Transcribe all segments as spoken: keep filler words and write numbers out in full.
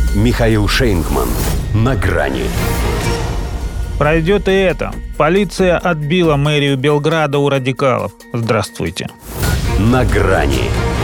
Михаил Шейнгман. На грани. Пройдет и это. Полиция отбила мэрию Белграда у радикалов. Здравствуйте. На грани.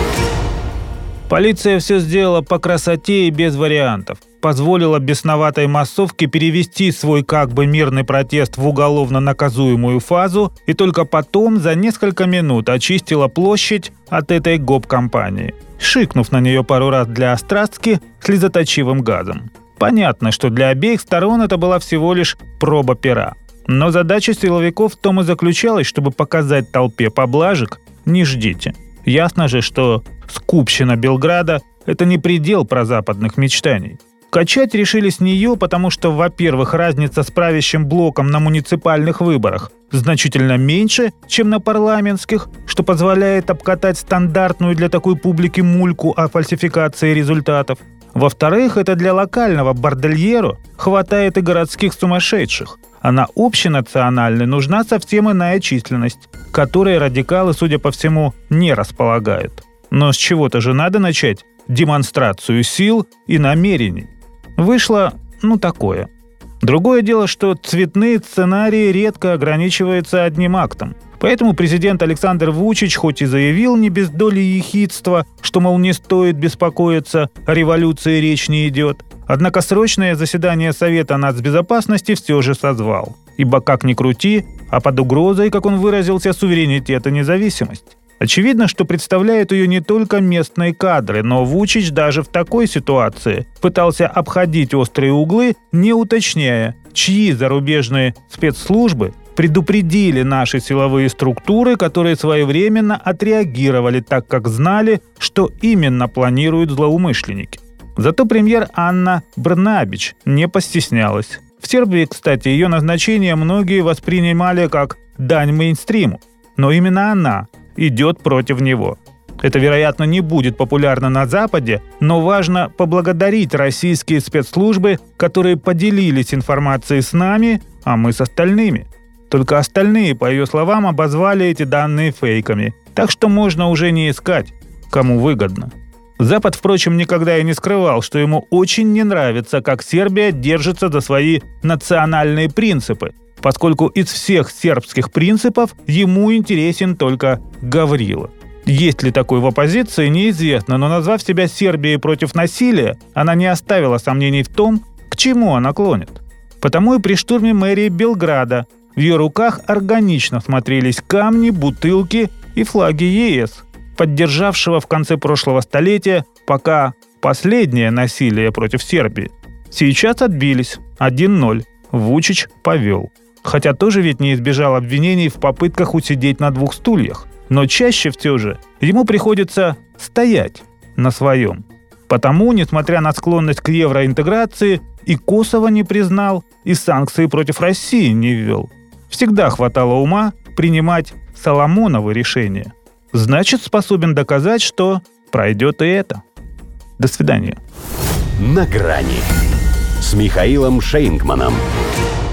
Полиция все сделала по красоте и без вариантов. Позволила бесноватой массовке перевести свой как бы мирный протест в уголовно наказуемую фазу и только потом за несколько минут очистила площадь от этой гоп-компании, шикнув на нее пару раз для острастки слезоточивым газом. Понятно, что для обеих сторон это была всего лишь проба пера. Но задача силовиков в том и заключалась, чтобы показать толпе поблажек «не ждите». Ясно же, что скупщина Белграда – это не предел прозападных мечтаний. Качать решили с нее, потому что, во-первых, разница с правящим блоком на муниципальных выборах значительно меньше, чем на парламентских, что позволяет обкатать стандартную для такой публики мульку о фальсификации результатов. Во-вторых, это для локального бордельеро хватает и городских сумасшедших, а на общенациональной нужна совсем иная численность, которой радикалы, судя по всему, не располагают. Но с чего-то же надо начать демонстрацию сил и намерений. Вышло, ну, такое. Другое дело, что цветные сценарии редко ограничиваются одним актом. Поэтому президент Александр Вучич хоть и заявил не без доли ехидства, что, мол, не стоит беспокоиться, о революции речь не идет, однако срочное заседание Совета нацбезопасности все же созвал. Ибо, как ни крути, а под угрозой, как он выразился, суверенитет и независимость. Очевидно, что представляют ее не только местные кадры, но Вучич даже в такой ситуации пытался обходить острые углы, не уточняя, чьи зарубежные спецслужбы предупредили наши силовые структуры, которые своевременно отреагировали, так как знали, что именно планируют злоумышленники. Зато премьер Анна Брнабич не постеснялась. В Сербии, кстати, ее назначение многие воспринимали как дань мейнстриму, но именно она идет против него. Это, вероятно, не будет популярно на Западе, но важно поблагодарить российские спецслужбы, которые поделились информацией с нами, а мы с остальными. Только остальные, по ее словам, обозвали эти данные фейками, так что можно уже не искать, кому выгодно. Запад, впрочем, никогда и не скрывал, что ему очень не нравится, как Сербия держится за свои национальные принципы, поскольку из всех сербских принципов ему интересен только Гаврила. Есть ли такой в оппозиции, неизвестно, но назвав себя Сербией против насилия, она не оставила сомнений в том, к чему она клонит. Потому и при штурме мэрии Белграда в ее руках органично смотрелись камни, бутылки и флаги ЕС, поддержавшего в конце прошлого столетия пока последнее насилие против Сербии. Сейчас отбились один ноль. Вучич повел. Хотя тоже ведь не избежал обвинений в попытках усидеть на двух стульях. Но чаще все же ему приходится стоять на своем. Потому, несмотря на склонность к евроинтеграции, и Косово не признал, и санкции против России не ввел. Всегда хватало ума принимать Соломоновы решения. Значит, способен доказать, что пройдет и это. До свидания. На грани с Михаилом Шейнгманом.